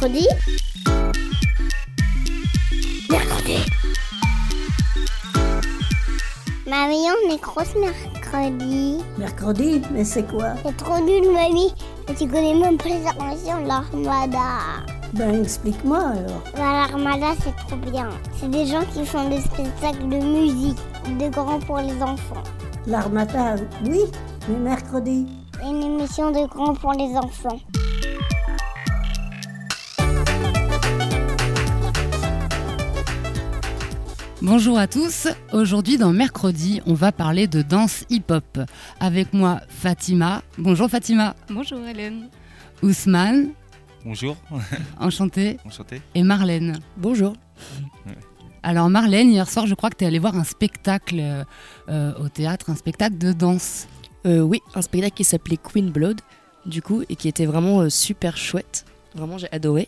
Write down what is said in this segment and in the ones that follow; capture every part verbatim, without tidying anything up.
Mercredi. Mercredi. Mamie, on est grosse mercredi. Mercredi, mais c'est quoi? C'est trop nul, mamie. Et tu connais même pas les armations de l'Armada. Ben, explique-moi alors. Ben, l'Armada, c'est trop bien. C'est des gens qui font des spectacles de musique, de grands pour les enfants. L'Armada, oui, mais mercredi. C'est une émission de grands pour les enfants. Bonjour à tous, aujourd'hui dans Mercredi, on va parler de danse hip-hop. Avec moi Fatima. Bonjour Fatima. Bonjour Hélène. Ousmane. Bonjour. Enchanté. Enchanté. Et Marlène. Bonjour. Ouais. Alors Marlène, hier soir je crois que tu es allée voir un spectacle euh, au théâtre, un spectacle de danse. Euh, oui, un spectacle qui s'appelait Queen Blood, du coup, et qui était vraiment euh, super chouette. Vraiment, j'ai adoré.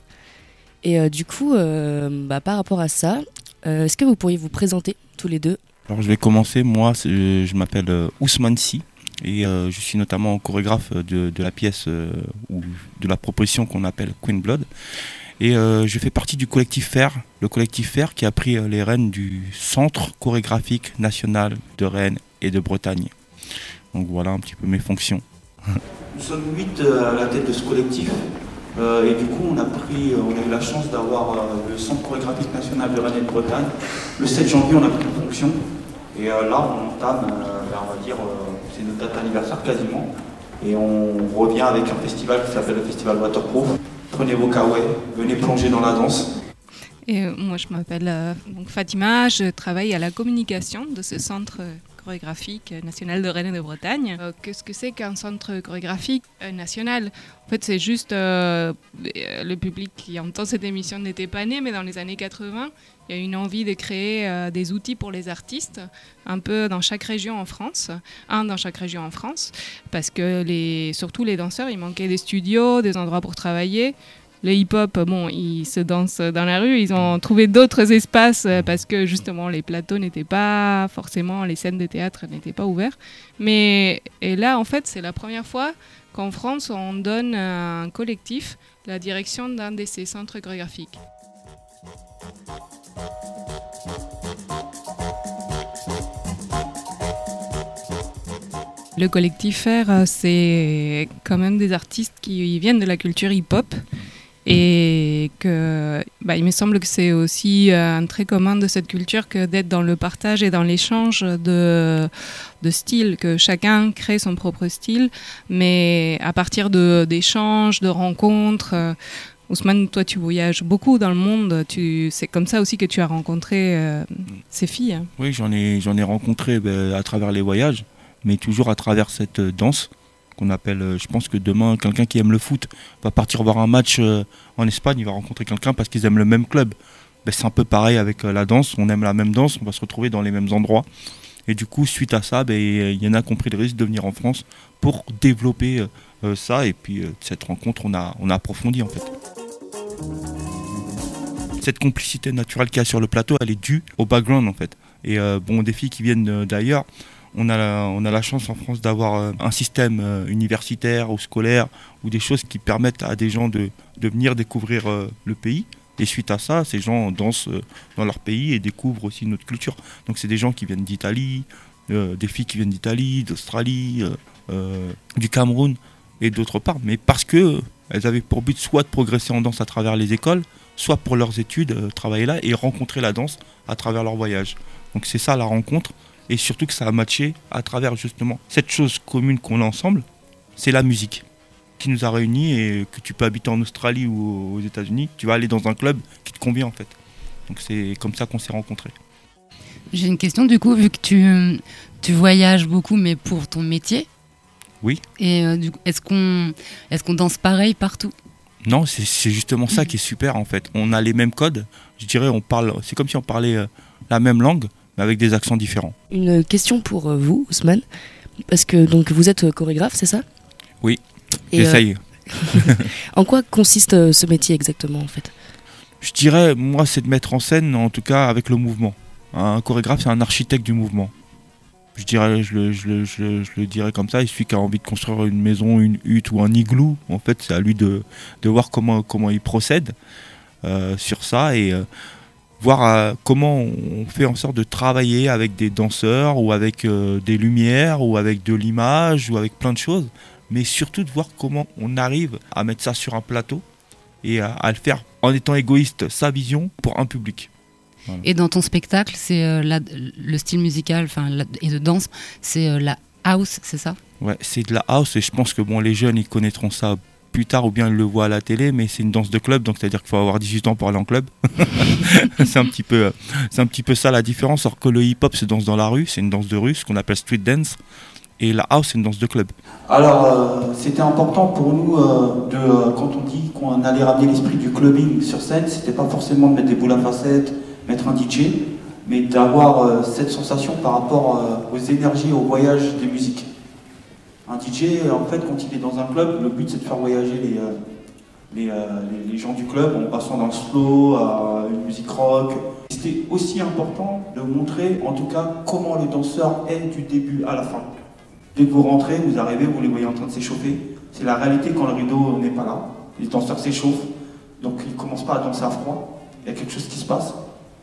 Et euh, du coup, euh, bah, par rapport à ça, euh, est-ce que vous pourriez vous présenter tous les deux ? Alors je vais commencer, moi c'est, je m'appelle euh, Ousmane Sy et euh, je suis notamment chorégraphe de, de la pièce euh, ou de la proposition qu'on appelle Queen Blood. Et euh, je fais partie du collectif F A I R, le collectif F A I R qui a pris euh, les rênes du Centre chorégraphique national de Rennes et de Bretagne. Donc voilà un petit peu mes fonctions. Nous sommes huit à la tête de ce collectif. Euh, et du coup, on a, pris, on a eu la chance d'avoir euh, le Centre chorégraphique national de Rennes et de Bretagne. Le sept janvier, on a pris fonction. Et euh, là, on entame, euh, on va dire, euh, c'est notre date anniversaire quasiment. Et on revient avec un festival qui s'appelle le Festival Waterproof. Prenez vos kawaii, venez plonger dans la danse. Et euh, moi, je m'appelle euh, donc Fatima, je travaille à la communication de ce centre euh, chorégraphique national de Rennes et de Bretagne. Euh, qu'est-ce que c'est qu'un centre chorégraphique euh, national ? En fait, c'est juste euh, le public qui entend cette émission n'était pas né, mais dans les années quatre-vingts, il y a eu une envie de créer euh, des outils pour les artistes, un peu dans chaque région en France, un dans chaque région en France, parce que les, surtout les danseurs, il manquait des studios, des endroits pour travailler. Le hip-hop, bon, ils se dansent dans la rue, ils ont trouvé d'autres espaces parce que justement les plateaux n'étaient pas forcément, les scènes de théâtre n'étaient pas ouvertes. Mais et là, en fait, c'est la première fois qu'en France, on donne à un collectif la direction d'un de ces centres chorégraphiques. Le collectif F A I R, c'est quand même des artistes qui viennent de la culture hip-hop. Et que, bah, il me semble que c'est aussi un trait commun de cette culture que d'être dans le partage et dans l'échange de, de styles, que chacun crée son propre style, mais à partir de, d'échanges, de rencontres. Euh, Ousmane, toi tu voyages beaucoup dans le monde, tu, c'est comme ça aussi que tu as rencontré euh, ces filles. Hein. Oui, j'en ai, j'en ai rencontré bah, à travers les voyages, mais toujours à travers cette euh, danse. Qu'on appelle, je pense que demain, quelqu'un qui aime le foot va partir voir un match en Espagne, il va rencontrer quelqu'un parce qu'ils aiment le même club. Ben, c'est un peu pareil avec la danse, on aime la même danse, on va se retrouver dans les mêmes endroits. Et du coup, suite à ça, ben, il y en a qui ont pris le risque de venir en France pour développer euh, ça. Et puis, euh, cette rencontre, on a, on a approfondi en fait. Cette complicité naturelle qu'il y a sur le plateau, elle est due au background en fait. Et euh, bon, des filles qui viennent d'ailleurs, On a, la, on a la chance en France d'avoir euh, un système euh, universitaire ou scolaire ou des choses qui permettent à des gens de, de venir découvrir euh, le pays. Et suite à ça, ces gens dansent euh, dans leur pays et découvrent aussi notre culture. Donc c'est des gens qui viennent d'Italie, euh, des filles qui viennent d'Italie, d'Australie, euh, euh, du Cameroun et d'autre part. Mais parce qu'elles avaient pour but soit de progresser en danse à travers les écoles, soit pour leurs études, euh, travailler là et rencontrer la danse à travers leur voyage. Donc c'est ça la rencontre. Et surtout que ça a matché à travers justement cette chose commune qu'on a ensemble, c'est la musique qui nous a réunis et que tu peux habiter en Australie ou aux États-Unis, tu vas aller dans un club qui te convient en fait. Donc c'est comme ça qu'on s'est rencontrés. J'ai une question du coup, vu que tu, tu voyages beaucoup mais pour ton métier. Oui. Et euh, du coup, est-ce qu'on, est-ce qu'on danse pareil partout ? Non, c'est, c'est justement ça qui est super en fait. On a les mêmes codes, je dirais, on parle, c'est comme si on parlait euh, la même langue, mais avec des accents différents. Une question pour vous, Ousmane, parce que donc, vous êtes chorégraphe, c'est ça ? Oui, et j'essaye. Euh, en quoi consiste ce métier exactement en fait ? Je dirais, moi, c'est de mettre en scène, en tout cas avec le mouvement. Un chorégraphe, c'est un architecte du mouvement. Je, dirais, je, le, je, le, je, le, je le dirais comme ça, il suffit qu'il a envie de construire une maison, une hutte ou un igloo. En fait, c'est à lui de, de voir comment, comment il procède euh, sur ça et euh, voir euh, comment on fait en sorte de travailler avec des danseurs ou avec euh, des lumières ou avec de l'image ou avec plein de choses. Mais surtout de voir comment on arrive à mettre ça sur un plateau et à, à le faire en étant égoïste, sa vision pour un public. Voilà. Et dans ton spectacle, c'est euh, la, le style musical la, et de danse, c'est euh, la house, c'est ça ? Ouais, c'est de la house et je pense que bon, les jeunes ils connaîtront ça plus tard ou bien ils le voient à la télé, mais c'est une danse de club, donc c'est-à-dire qu'il faut avoir dix-huit ans pour aller en club. c'est, un petit peu, c'est un petit peu ça la différence, alors que le hip-hop c'est danse dans la rue, c'est une danse de rue, ce qu'on appelle street dance, et la house c'est une danse de club. Alors euh, c'était important pour nous, euh, de, euh, quand on dit qu'on allait ramener l'esprit du clubbing sur scène, c'était pas forcément de mettre des boules à facettes, mettre un D J, mais d'avoir euh, cette sensation par rapport euh, aux énergies, au voyage des musiques. Un D J, en fait, quand il est dans un club, le but c'est de faire voyager les, euh, les, euh, les, les gens du club en passant d'un slow à une musique rock. C'était aussi important de montrer, en tout cas, comment le danseur est du début à la fin. Dès que vous rentrez, vous arrivez, vous les voyez en train de s'échauffer. C'est la réalité quand le rideau n'est pas là. Les danseurs s'échauffent, donc ils ne commencent pas à danser à froid. Il y a quelque chose qui se passe.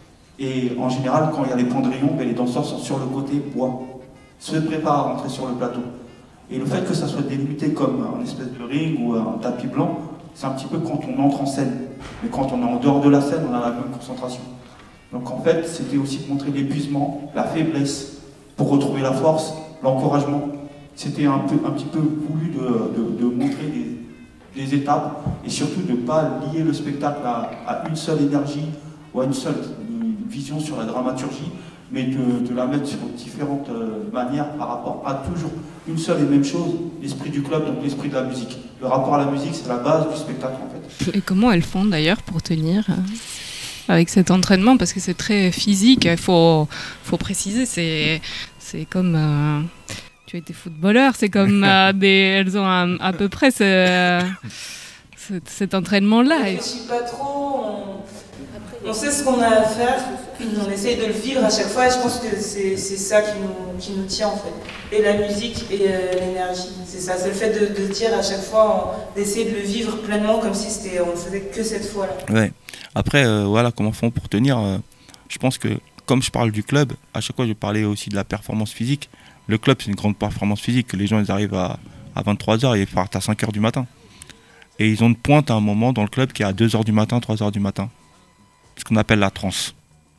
Et en général, quand il y a les pendrillons, les danseurs sont sur le côté bois, se préparent à rentrer sur le plateau. Et le fait que ça soit délimité comme un espèce de ring ou un tapis blanc, c'est un petit peu quand on entre en scène. Mais quand on est en dehors de la scène, on a la même concentration. Donc en fait, c'était aussi de montrer l'épuisement, la faiblesse, pour retrouver la force, l'encouragement. C'était un, peu, un petit peu voulu de, de, de montrer des, des étapes et surtout de ne pas lier le spectacle à, à une seule énergie ou à une seule vision sur la dramaturgie, mais de, de la mettre sur différentes euh, manières par rapport à toujours une seule et même chose, l'esprit du club, donc l'esprit de la musique. Le rapport à la musique, c'est la base du spectacle en fait. Et comment elles font d'ailleurs pour tenir euh, avec cet entraînement ? Parce que c'est très physique, il faut, faut préciser, c'est, c'est comme... Euh, tu as été footballeur, c'est comme euh, des... Elles ont un, à peu près ce, ce, cet entraînement-là. On ne réfléchit pas trop, on, on sait ce qu'on a à faire. On essaye de le vivre à chaque fois et je pense que c'est, c'est ça qui nous, qui nous tient en fait. Et la musique et euh, l'énergie, c'est ça. C'est le fait de, de dire à chaque fois, on, d'essayer de le vivre pleinement comme si c'était, on ne faisait que cette fois-là. Ouais. Après, euh, voilà, comment font pour tenir euh, je pense que, comme je parle du club, à chaque fois je parlais aussi de la performance physique. Le club, c'est une grande performance physique. Les gens, ils arrivent à, à vingt-trois heures et ils partent à cinq heures du matin. Et ils ont une pointe à un moment dans le club qui est à deux heures du matin, trois heures du matin. Ce qu'on appelle la transe.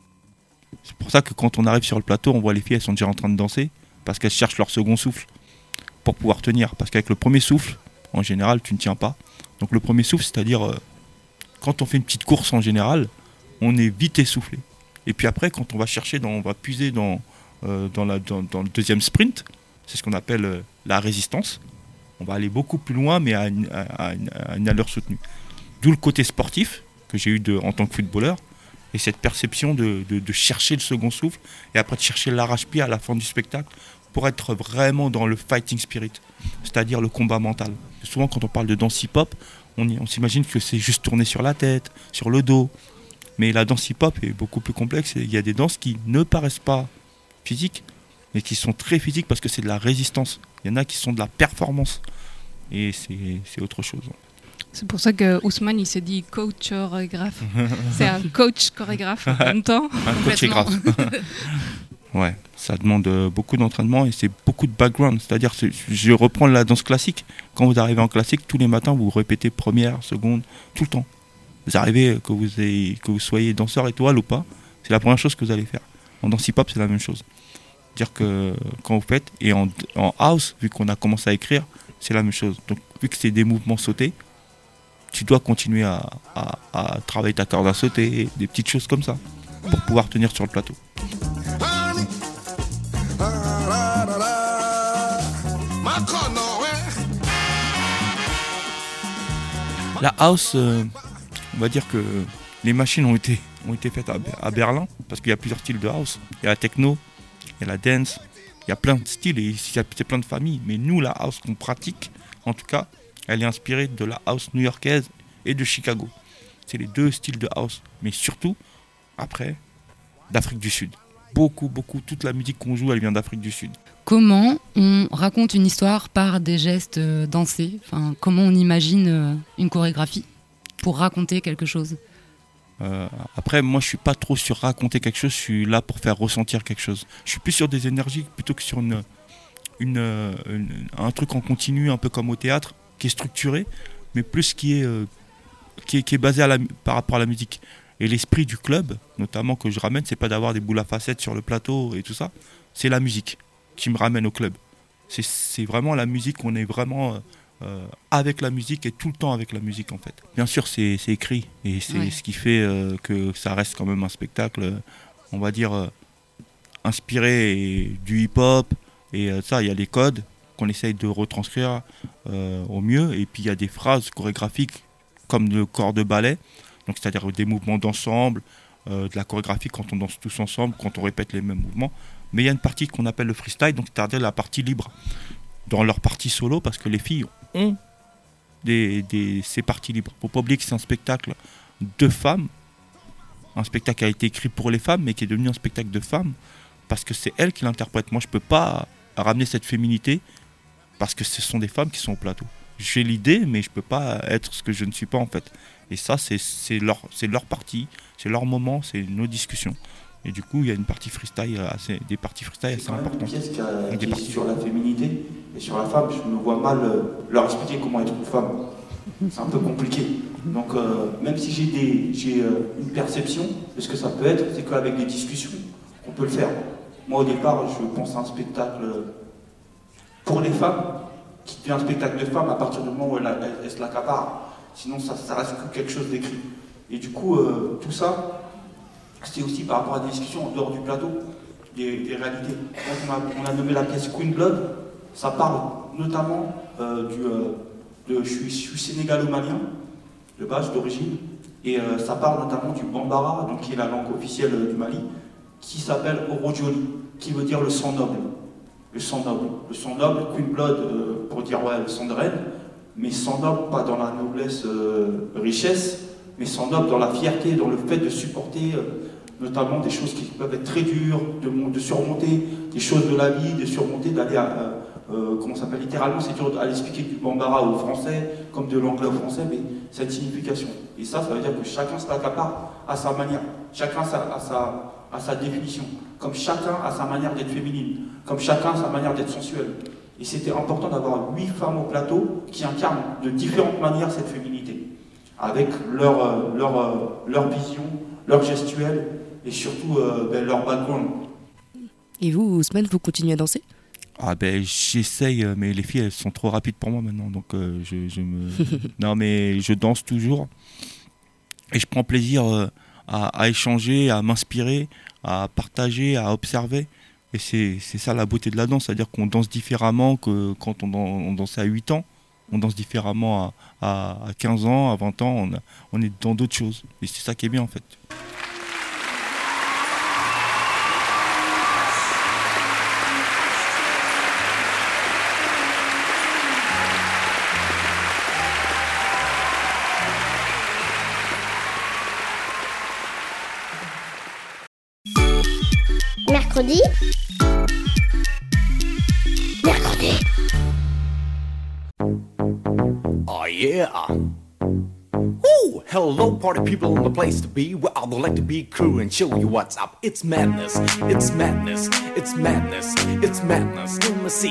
C'est pour ça que quand on arrive sur le plateau, on voit les filles, elles sont déjà en train de danser parce qu'elles cherchent leur second souffle pour pouvoir tenir. Parce qu'avec le premier souffle, en général, tu ne tiens pas. Donc le premier souffle, c'est-à-dire euh, quand on fait une petite course en général, on est vite essoufflé. Et puis après, quand on va chercher, dans, on va puiser dans, euh, dans, la, dans, dans le deuxième sprint, c'est ce qu'on appelle euh, la résistance. On va aller beaucoup plus loin, mais à une, à une, à une allure soutenue. D'où le côté sportif que j'ai eu de, en tant que footballeur. Et cette perception de, de, de chercher le second souffle et après de chercher l'arrache-pied à la fin du spectacle pour être vraiment dans le fighting spirit, c'est-à-dire le combat mental. Souvent quand on parle de danse hip-hop, on, y, on s'imagine que c'est juste tourner sur la tête, sur le dos. Mais la danse hip-hop est beaucoup plus complexe. Il y a des danses qui ne paraissent pas physiques, mais qui sont très physiques parce que c'est de la résistance. Il y en a qui sont de la performance. Et c'est, c'est autre chose. C'est pour ça que Ousmane il s'est dit coach chorégraphe. C'est un coach chorégraphe en même temps. Un coach chorégraphe. Ouais, ça demande beaucoup d'entraînement et c'est beaucoup de background. C'est-à-dire, c'est, je reprends la danse classique. Quand vous arrivez en classique, tous les matins, vous répétez première, seconde, tout le temps. Vous arrivez, que vous, ayez, que vous soyez danseur étoile ou pas, c'est la première chose que vous allez faire. En danse hip-hop, c'est la même chose. C'est-à-dire que quand vous faites, et en, en house, vu qu'on a commencé à écrire, c'est la même chose. Donc, vu que c'est des mouvements sautés, tu dois continuer à, à, à travailler ta corde à sauter, des petites choses comme ça, pour pouvoir tenir sur le plateau. La house, euh, on va dire que les machines ont été, ont été faites à, à Berlin, parce qu'il y a plusieurs styles de house. Il y a la techno, il y a la dance, il y a plein de styles et il y a plein de familles. Mais nous, la house qu'on pratique, en tout cas, elle est inspirée de la house new-yorkaise et de Chicago. C'est les deux styles de house. Mais surtout, après, d'Afrique du Sud. Beaucoup, beaucoup. Toute la musique qu'on joue, elle vient d'Afrique du Sud. Comment on raconte une histoire par des gestes euh, dansés ? Enfin, comment on imagine euh, une chorégraphie pour raconter quelque chose ? Euh, après, moi, je suis pas trop sur raconter quelque chose. Je suis là pour faire ressentir quelque chose. Je suis plus sur des énergies plutôt que sur une, une, une un truc en continu, un peu comme au théâtre, qui est structuré, mais plus qui est euh, qui est, qui est basé à la, par rapport à la musique. Et l'esprit du club, notamment que je ramène, c'est pas d'avoir des boules à facettes sur le plateau et tout ça. C'est la musique qui me ramène au club. C'est, c'est vraiment la musique. On est vraiment euh, avec la musique et tout le temps avec la musique en fait. Bien sûr, c'est, c'est écrit et c'est oui. ce qui fait euh, que ça reste quand même un spectacle, on va dire euh, inspiré et, du hip-hop et euh, ça. Il y a les codes qu'on essaye de retranscrire euh, au mieux. Et puis il y a des phrases chorégraphiques comme le corps de ballet. Donc, c'est-à-dire des mouvements d'ensemble, euh, de la chorégraphie quand on danse tous ensemble, quand on répète les mêmes mouvements. Mais il y a une partie qu'on appelle le freestyle, donc c'est-à-dire la partie libre, dans leur partie solo, parce que les filles ont des, des, ces parties libres. Il ne faut pas oublier que c'est un spectacle de femmes, un spectacle qui a été écrit pour les femmes, mais qui est devenu un spectacle de femmes, parce que c'est elles qui l'interprètent. Moi, je ne peux pas ramener cette féminité, parce que ce sont des femmes qui sont au plateau. J'ai l'idée, mais je ne peux pas être ce que je ne suis pas en fait. Et ça, c'est, c'est, leur, c'est leur partie, c'est leur moment, c'est nos discussions. Et du coup, il y a une partie freestyle, assez, des parties freestyle assez importantes. C'est une pièce qui, a, qui est parties... sur la féminité et sur la femme. Je me vois mal euh, leur expliquer comment être une femme. C'est un peu compliqué. Donc, euh, même si j'ai, des, j'ai euh, une perception de ce que ça peut être, c'est qu'avec des discussions, on peut le faire. Moi, au départ, je pense à un spectacle pour les femmes, qui devient un spectacle de femmes à partir du moment où elle, elle, elle se l'accapare. Sinon, ça, ça reste que quelque chose d'écrit. Et du coup, euh, tout ça, c'est aussi par rapport à des discussions en dehors du plateau, des, des réalités. Quand on a, on a nommé la pièce Queen Blood, ça parle notamment euh, du... Euh, de, je suis, je suis sénégalo-malien, de base, d'origine, et euh, ça parle notamment du Bambara, donc, qui est la langue officielle euh, du Mali, qui s'appelle Orojoli, qui veut dire le sang noble. Le sang noble. Le sang noble, Queen Blood, euh, pour dire ouais, le sang de reine, mais sang noble, pas dans la noblesse, euh, richesse, mais sang noble dans la fierté, dans le fait de supporter euh, notamment des choses qui peuvent être très dures, de, de surmonter des choses de la vie, de surmonter, d'aller à, euh, euh, comment ça s'appelle, littéralement, c'est dur d'aller expliquer du Bambara au français, comme de l'anglais au français, mais c'est une signification. Et ça, ça veut dire que chacun se l'accapare à sa manière, chacun a sa, à sa, à sa définition, comme chacun a sa manière d'être féminine, comme chacun a sa manière d'être sensuelle. Et c'était important d'avoir huit femmes au plateau qui incarnent de différentes manières cette féminité, avec leur, euh, leur, euh, leur vision, leur gestuelle et surtout euh, ben, leur background. Et vous, Ousmane, vous continuez à danser ? Ah ben j'essaye, mais les filles elles sont trop rapides pour moi maintenant, donc euh, je, je me... non mais je danse toujours et je prends plaisir euh, à, à échanger, à m'inspirer, à partager, à observer. Et c'est, c'est ça la beauté de la danse, c'est-à-dire qu'on danse différemment que quand on, on dansait à huit ans, on danse différemment à, à, à quinze ans, à vingt ans, on, a, on est dans d'autres choses. Et c'est ça qui est bien en fait. Mercredi. Mercredi. Oh yeah. Woo! Hello party people in the place to be, where I'd like to be crew and show you what's up. It's madness, it's madness, it's madness, it's madness. M C,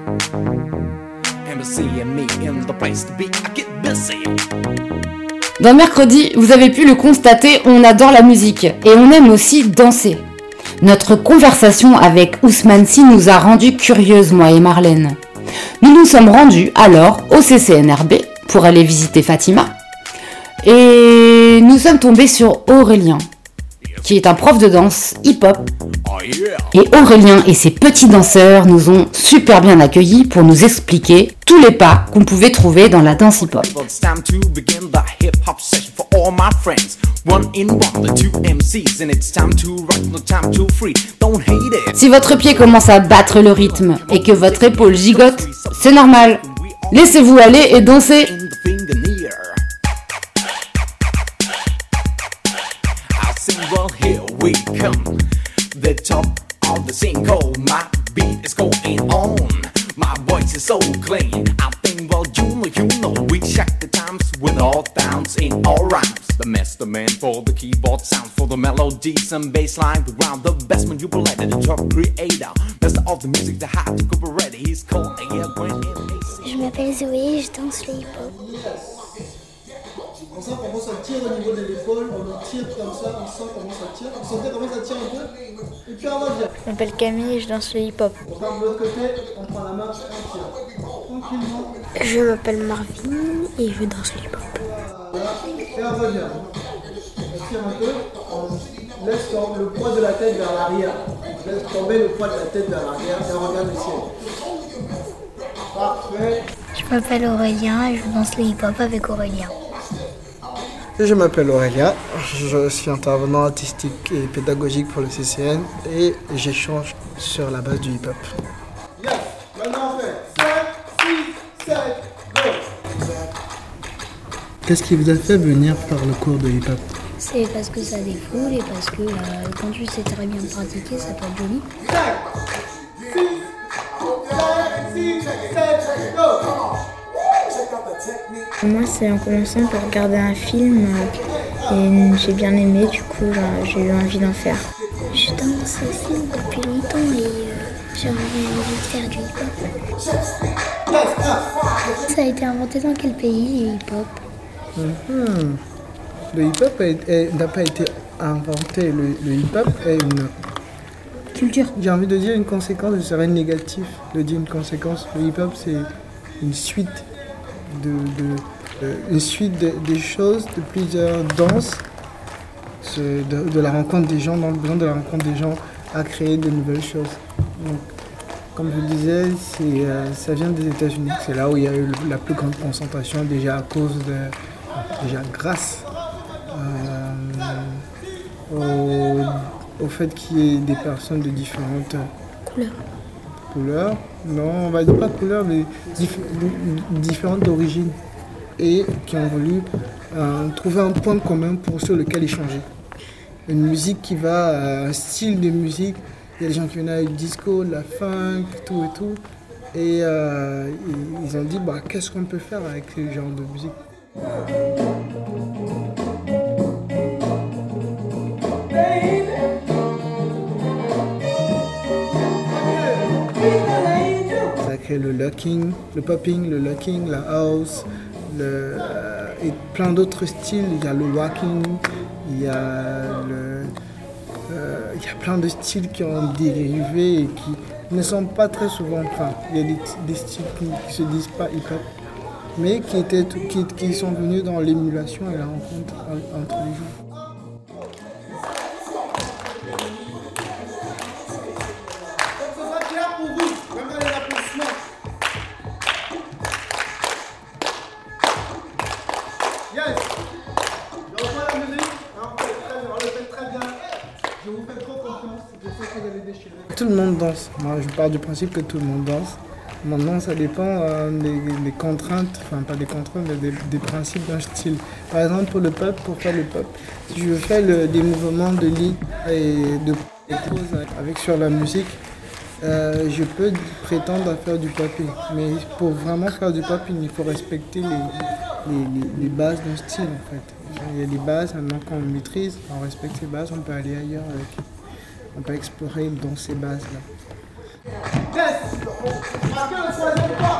M C and me in the place to be. I get busy. Dans Mercredi, vous avez pu le constater, on adore la musique et on aime aussi danser. Notre conversation avec Ousmane Sy nous a rendu curieuses, moi et Marlène. Nous nous sommes rendus alors au C C N R B pour aller visiter Fatima. Et nous sommes tombés sur Aurélien, qui est un prof de danse hip-hop. Et Aurélien et ses petits danseurs nous ont super bien accueillis pour nous expliquer tous les pas qu'on pouvait trouver dans la danse hip-hop. Si votre pied commence à battre le rythme et que votre épaule gigote, c'est normal. Laissez-vous aller et dansez. the top of the single. My beat is going on, my voice is so clean. I think, well, you know, you know, we check the times with all downs in all rhymes. The master man for the keyboard sound, for the melodies and bass line. We round the best manipulator, the top creator, master of the music, the high to cooperate. He's called a yeah, when it Je m'appelle Zoé et je danse le hip-hop. On sent comment ça tire au niveau de l'épaule, on le tire comme ça, on sent comment ça tire. Vous sentez comment ça tire un peu? Et puis on revient. Je m'appelle Camille et je danse le hip-hop. On part de l'autre côté, on prend la main, on tire. Tranquillement. Je m'appelle Marvin et je danse le hip-hop. Voilà, et on revient. On tire un peu, on laisse le poids de la tête vers l'arrière. On laisse tomber le poids de la tête vers l'arrière et on regarde le ciel. Parfait. Je m'appelle Aurélien et je danse le hip-hop avec Aurélien. Je m'appelle Aurélien, je suis intervenant artistique et pédagogique pour le C C N et j'échange sur la base du hip-hop. Yes, maintenant on fait cinq, six, sept, go. Qu'est-ce qui vous a fait venir faire le cours de hip-hop? C'est parce que ça défoule et parce que euh, quand tu sais très bien pratiquer, ça peut être joli. cinq, six, sept, go. Moi, c'est en commençant par regarder un film euh, et j'ai bien aimé, du coup, genre, j'ai eu envie d'en faire. Je danse aussi depuis longtemps et euh, j'ai envie de faire du hip-hop. Ça a été inventé dans quel pays, le hip-hop? Mm-hmm. Le hip-hop n'a pas été inventé, le, le hip-hop est une culture. J'ai envie de dire une conséquence, je serais négatif de dire une conséquence. Le hip-hop, c'est une suite. De, de, de, une suite de, des choses, de plusieurs danses, de, de la rencontre des gens, dans le besoin de la rencontre des gens à créer de nouvelles choses. Donc, comme je le disais, c'est, euh, ça vient des États-Unis, c'est là où il y a eu la plus grande concentration, déjà à cause de, déjà grâce euh, au, au fait qu'il y ait des personnes de différentes couleurs. couleurs. Non, on va dire pas couleur, mais dif- différentes origines et qui ont voulu euh, trouver un point commun pour sur lequel échanger. Une musique qui va, euh, un style de musique, il y a des gens qui viennent avec le disco, la funk, tout et tout, et euh, ils ont dit bah, qu'est-ce qu'on peut faire avec ce genre de musique. Le locking, le popping, le locking, la house, le, euh, et plein d'autres styles. Il y a le walking, il y a, le, euh, il y a plein de styles qui ont dérivé et qui ne sont pas très souvent, enfin, il y a des, des styles qui ne se disent pas hip-hop, mais qui, étaient, qui, qui sont venus dans l'émulation et la rencontre entre les gens. Tout le monde danse. Moi, je pars du principe que tout le monde danse. Maintenant, ça dépend euh, des, des contraintes, enfin pas des contraintes, mais des, des principes d'un style. Par exemple, pour le pop, pour faire le pop, si je fais le, des mouvements de lit et de pause avec sur la musique, euh, je peux prétendre à faire du popping. Mais pour vraiment faire du popping, il faut respecter les, les, les, les bases d'un style en fait. Il y a des bases, maintenant qu'on maîtrise, on respecte ces bases, on peut aller ailleurs avec. On peut explorer dans ces bases-là. Yes. Marquez le troisième pas.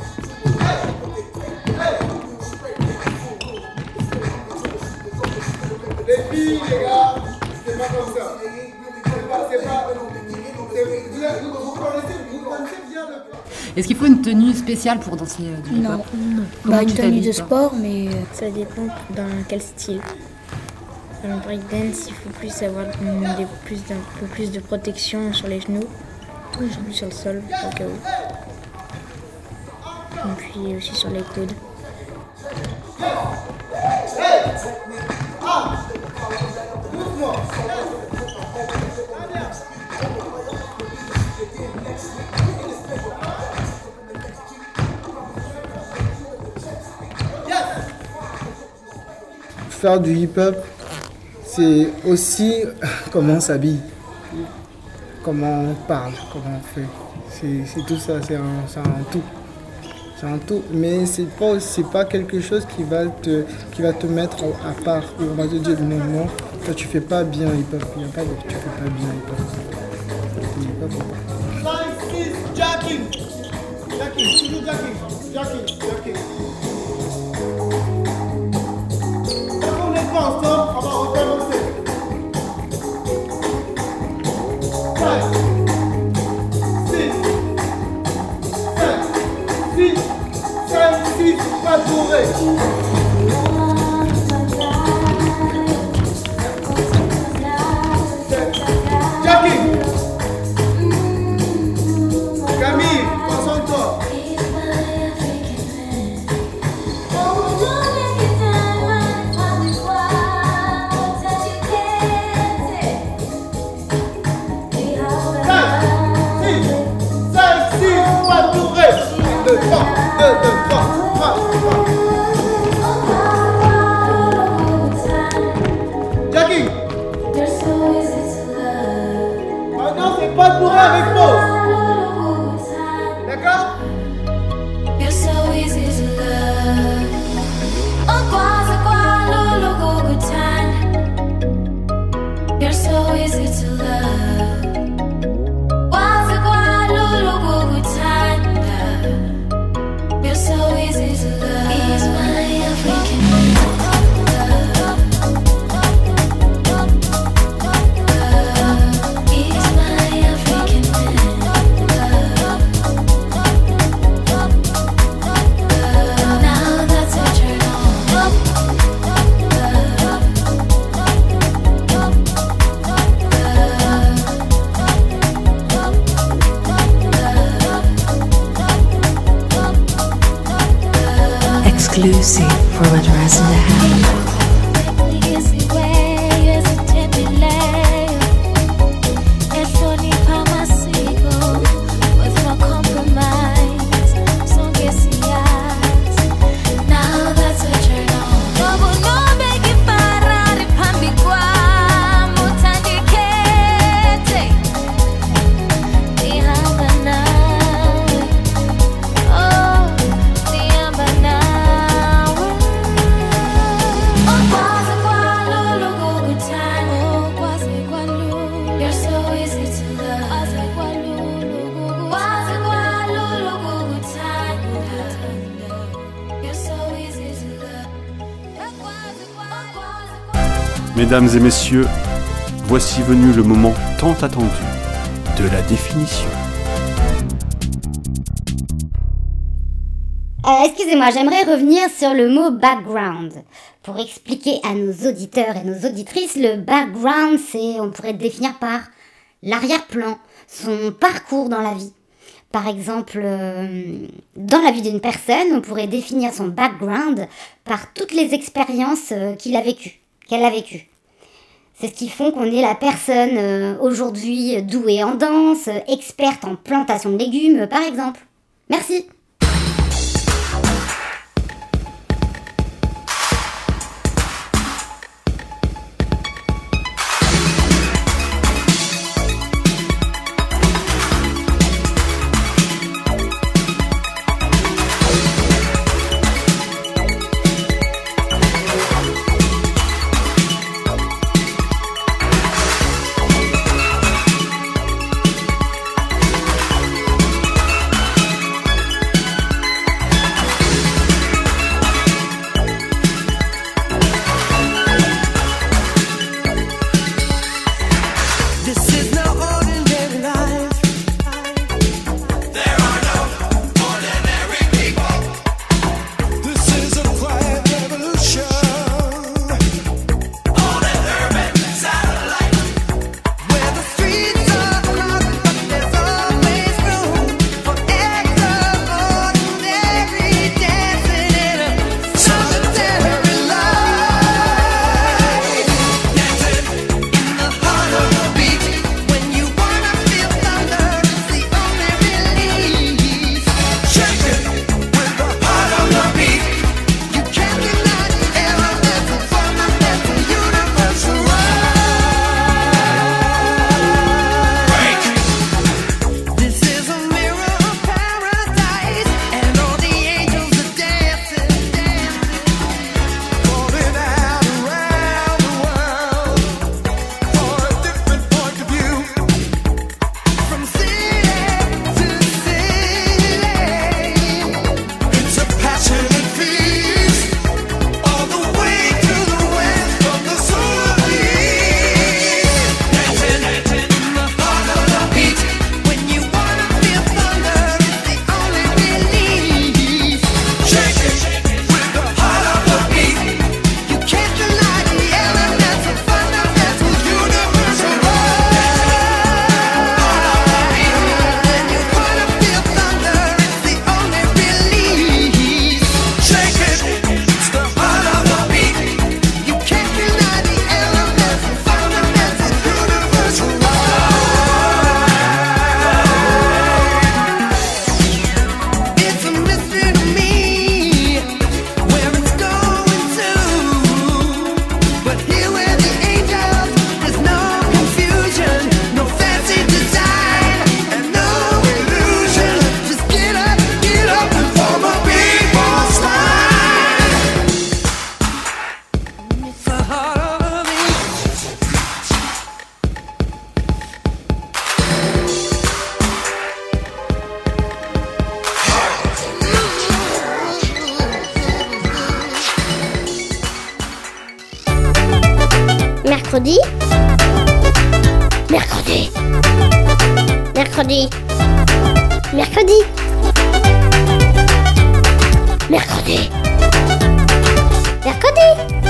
Les filles, les gars, c'est pas comme ça. C'est pas, c'est pas. C'est, vous, vous connaissez, vous connaissez bien le pas. Est-ce qu'il faut une tenue spéciale pour danser euh, du hip-hop? Non, non. Bah, une tenue de sport, mais ça dépend dans quel style. Dans le breakdance, il faut plus avoir des, plus d'un peu plus de protection sur les genoux, plus sur le sol, au cas où. Et puis aussi sur les coudes. Faire du hip-hop, c'est aussi comment on s'habille. comment on parle, comment on fait. C'est, c'est tout ça, c'est un, c'est un tout. C'est un tout, mais c'est pas, c'est pas quelque chose qui va te, qui va te mettre à part, où on va te dire non, non, toi tu fais pas bien, ils peuvent, il n'y a pas de tu fais pas bien, ils peuvent. Il n'y a pas de cinq, six, jacking. Jacking, toujours jacking. Jacking, jacking. Quand on n'est pas ensemble, on va recommencer. cinq, six, cinq, six, cinq, six, pas touré. Jacking. Camille, concentre-toi. cinq, six, pas touré. deux, trois, deux, deux, trois, trois, trois. Jacking. Maintenant, c'est pas touré avec pause. D'accord? You're so easy to love. Oh, quasi qualo logo gutan. You're so easy to love. Quasi qualo logo gutan. You're so easy to love. He's my African love. He's my African now that's a turn on. Exclusive for what was in the house. Mesdames et messieurs, voici venu le moment tant attendu de la définition. Euh, excusez-moi, j'aimerais revenir sur le mot background. Pour expliquer à nos auditeurs et nos auditrices, le background, c'est, on pourrait le définir par l'arrière-plan, son parcours dans la vie. Par exemple, euh, dans la vie d'une personne, on pourrait définir son background par toutes les expériences euh, qu'il a vécues, qu'elle a vécues. C'est ce qui fait qu'on est la personne euh, aujourd'hui douée en danse, experte en plantation de légumes, par exemple. Merci. Mercredi. Mercredi. Mercredi. Mercredi. Mercredi. Mercredi.